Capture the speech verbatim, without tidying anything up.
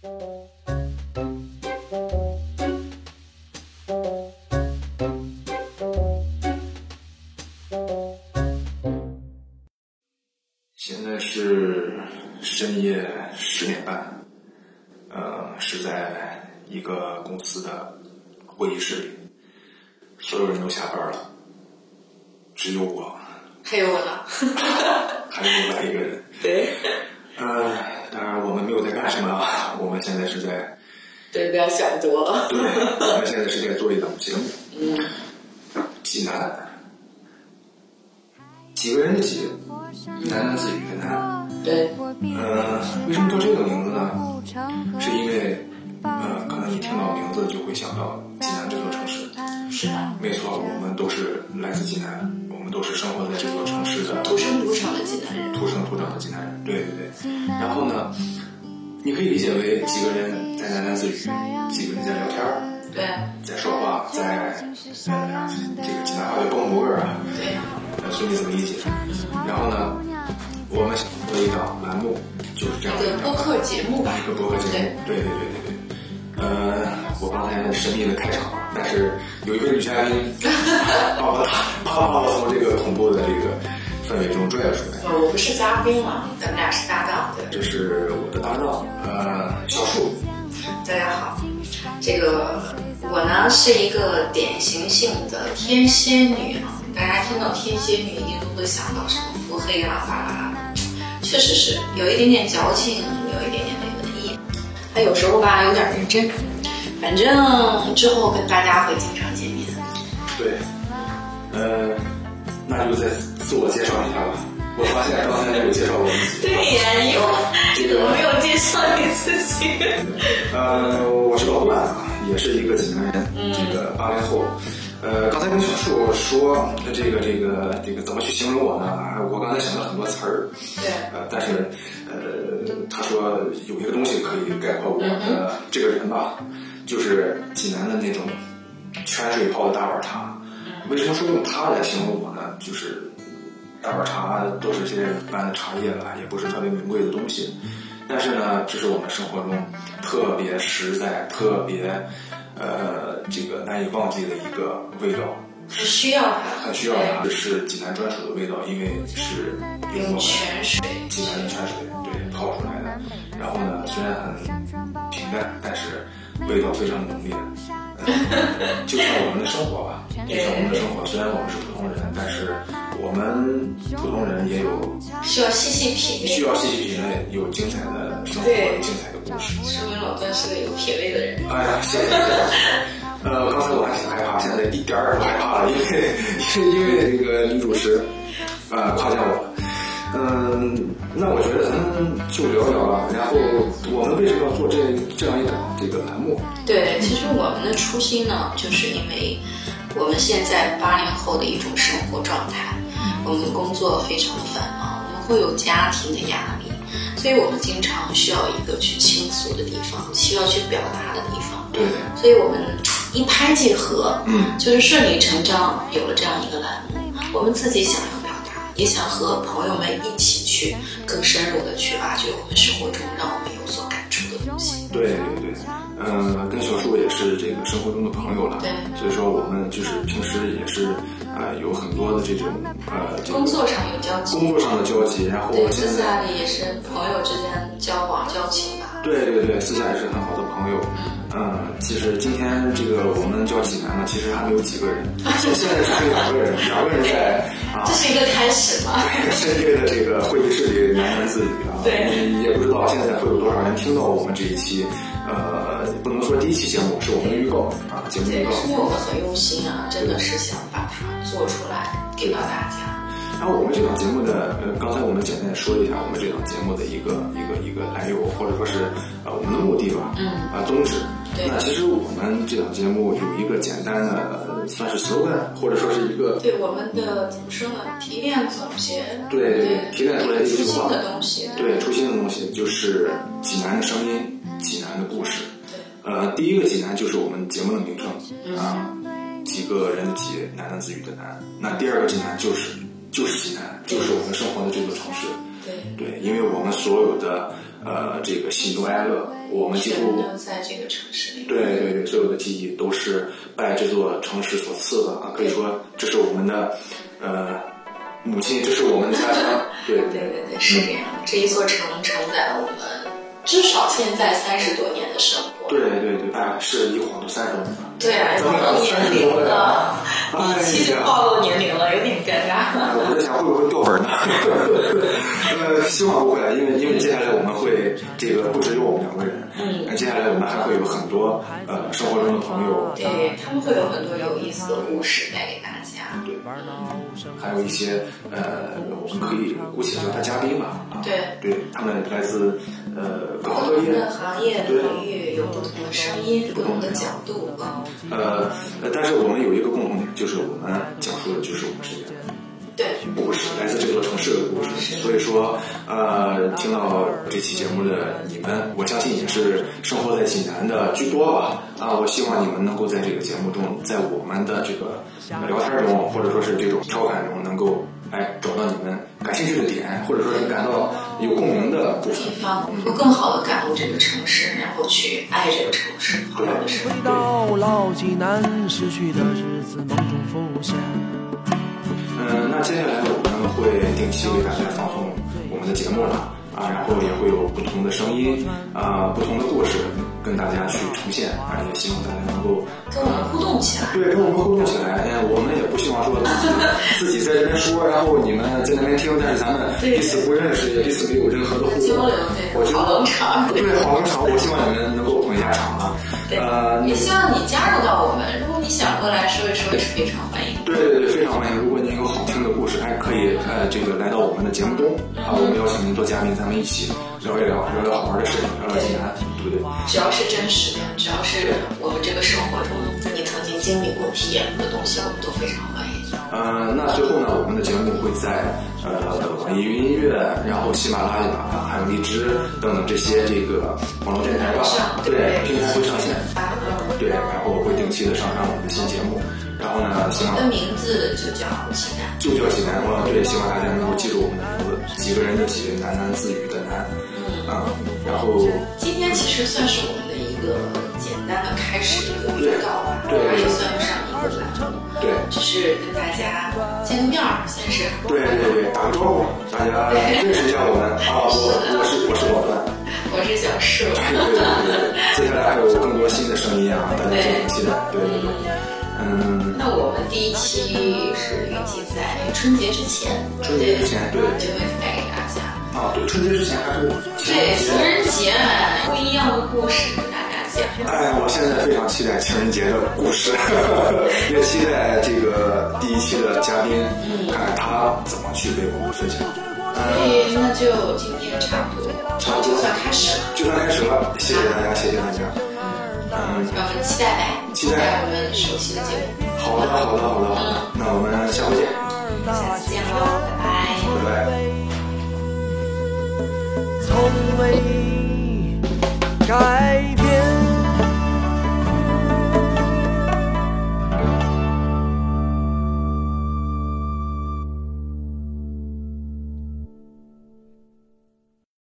现在是深夜十点半，呃，是在一个公司的会议室里，所有人都下班了，只有我， 还有我呢， 还有另外一个人。 对， 呃，当然我们没有在干什么，我们现在是在， 对，不要想多了。 对，我们现在是在做一档节目， 嗯， 济南，几个人的几，喃喃自语的喃。 对， 呃，为什么叫这个名字呢？是因为，呃，可能你听到名字就会想到济南这座城市。 是吧？ 没错，我们都是来自济南，我们都是生活在这座城市的土生土长的济南人。 土生土长的济南人，对对对。然后呢，你可以理解为几个人在喃喃自语，几个人在聊天儿， 对， 在说话，在呃这个济南话叫蹦模儿啊， 对， 呃，随你怎么理解。然后呢，我们想做一档栏目，就是这样一个播客节目吧， 一个播客节目，对对对对对。呃，我刚才神秘的开场，但是有一位女嘉宾把我把我从这个恐怖的这个氛围中拽了出来。 呃，我不是嘉宾嘛，咱们俩是搭档。对， 这是我的搭档，呃，小树。 大家好，这个我呢是一个典型性的天蝎女啊。大家听到天蝎女一定都会想到什么腹黑啊、巴拉拉，确实是有一点点矫情，有一点点那个的意。他有时候吧有点认真，反正之后跟大家会经常见面。 对，呃，那就再自我介绍一下吧。我发现刚才没有介绍我自己。 对呀，你有你怎么没有介绍你自己？ 呃，我是老段啊，也是一个济南人，嗯、这个八零后。呃，刚才跟小树说这个这个这个怎么去形容我呢？我刚才想了很多词儿， 对， 呃，但是呃，他说有一个东西可以概括我的这个人吧，就是济南的那种泉水泡的大碗茶。为什么说用它来形容我呢？就是大碗茶都是些一般的茶叶了，也不是特别名贵的东西，但是呢，这是我们生活中特别实在、特别呃这个难以忘记的一个味道。 很需要它， 很需要它，是济南专属的味道，因为是用泉水， 济南的泉水对泡出来的。然后呢，虽然很平淡，但是味道非常浓烈。呃、就像我们的生活吧，就像我们的生活，虽然我们是普通人，但是我们普通人也有需要细细品味， 需要细细品味，有精彩的生活，有精彩的故事。 说明老段是个有品味的人。 哎呀，谢谢谢谢。呃，刚才我还挺害怕，现在一点儿也不害怕了，因为因为这个女主持，呃，夸奖我。嗯，那我觉得咱们就聊聊了。然后我们为什么要做这这样一档这个栏目？ 对，其实我们的初心呢，就是因为我们现在八零后的一种生活状态，我们工作非常的繁忙，我们会有家庭的压力，所以我们经常需要一个去倾诉的地方，需要去表达的地方。 对， 所以我们一拍即合，嗯，就是顺理成章有了这样一个栏目。我们自己想要表达，也想和朋友们一起去更深入的去挖掘我们生活中让我们有所感触的东西。 对对对，嗯、呃，跟小树也是这个生活中的朋友了， 对， 所以说我们就是平时也是呃有很多的这种呃、这个、 工作上有交集， 工作上的交集，然后对，私下里也是朋友之间交往交情吧。 对对对，私下也是很好的朋友。嗯，其实今天这个我们叫济南呢，其实还没有几个人，现在只有两个人，两个人在啊， 这是一个开始嘛。 深夜的这个会议室里喃喃自语啊， 对， 也不知道现在会有多少人听到我们这一期，呃，不能说第一期节目，是我们的预告啊，节目预告。 对，是因为我们很用心啊，真的是想把它做出来给到大家。 然后我们这档节目的，呃，刚才我们简单的说一下我们这档节目的一个一个一个来由，或者说是呃我们的目的吧，嗯，啊宗旨。那其实我们这档节目有一个简单的，呃、算是 slogan， 或者说是一个对我们的怎么说呢？提炼总结。 对对对，提炼出来的一句话。 初心的东西。 对，初心的东西就是济南的声音，济南的故事。对。呃，第一个济南就是我们节目的名称、嗯、啊，几个人的几，喃喃自语的喃。那第二个济南就是就是济南，就是我们生活的这座城市。对。对，因为我们所有的呃这个喜怒哀乐，我们几乎都在这个城市里。 对对对，所有的记忆都是拜这座城市所赐的啊，可以说这是我们的呃母亲，这是我们的家乡。对对对对，是这样。嗯、这一座城承载了我们至少现在三十多年的生活。 对对对，哎，是一晃都三十多年了。 对啊，暴露年龄了，一期就暴露年龄了，有点尴尬。 我在想会不会掉粉呢？呃，希望不会，因为因为接下来我们会这个不只有我们两个人，嗯，接下来我们还会有很多呃生活中的朋友， 对他们会有很多有意思的故事带给大家。 对，还有一些呃，我们可以姑且叫他嘉宾吧。 对， 对他们来自呃各行各业的行业领域，有不同的声音，不同的角度啊。 呃呃，但是我们有一个共同点，就是我们讲述的就是我们这个对故事，来自这座城市的故事。所以说，呃，听到这期节目的你们，我相信也是生活在济南的居多吧。啊，我希望你们能够在这个节目中，在我们的这个聊天中，或者说是这种调侃中，能够哎找到你们感兴趣的点，或者说是感到有共鸣的部分地方，会更好的感悟这个城市，然后去爱这个城市，好好的生活。 回到老济南，逝去的日子梦中浮现。 嗯，那接下来我们会定期为大家放送我们的节目了啊，然后也会有不同的声音啊，不同的故事跟大家去呈现啊，也希望大家能够跟我们互动起来。 对，跟我们互动起来。哎，我们也不希望说自己自己在这边说，然后你们在那边听，但是咱们彼此不认识，也彼此没有任何的互动。 交流，对，我觉得好冷场。 对，好冷场。我希望你们能够捧一下场啊。 呃，也希望你加入到我们，如果你想过来说一说，也是非常欢迎。 对对对，非常欢迎。如果您有好听的故事，还可以呃这个来到我们的节目中啊，我们邀请您做嘉宾，咱们一起聊一聊，聊聊好玩的事情，聊聊济南，对不对？ 只要是真实的，只要是我们这个生活中你曾经经历过、体验过的东西，我们都非常欢迎。 呃，那最后呢，我们的节目会在呃网易云音乐，然后喜马拉雅，还有荔枝等等这些这个网络电台吧，对，平台会上线，对，然后会定期的上传我们的新节目。然后呢，希望我们的名字就叫济南， 就叫济南。我对，希望大家能够记住我们的名字，几个人的几，喃喃自语的喃，嗯啊，然后今天其实算是我们的一个简单的开始，一个预告吧， 对， 也算不上一个栏目， 对， 只是跟大家见个面儿，算是对对对，打个招呼，大家认识一下我们啊，我我是我是老段， 我是小树， 对对对对，接下来还有更多新的声音啊，大家敬请期待，对对对。嗯， 那我们第一期是预计在春节之前， 春节之前对， 就会带给大家啊，对，春节之前还是对情人节不一样的故事跟大家讲。 哎，我现在非常期待情人节的故事，也期待这个第一期的嘉宾，嗯，看看他怎么去为我们分享。 所以那就今天差不多， 差不多就算开始了， 就算开始了，谢谢大家，谢谢大家。 嗯，让我们期待呗， 期待我们首期的节目。 好的，好的，好的，好的，那我们下回见， 下次见喽，拜拜， 拜拜。 从未改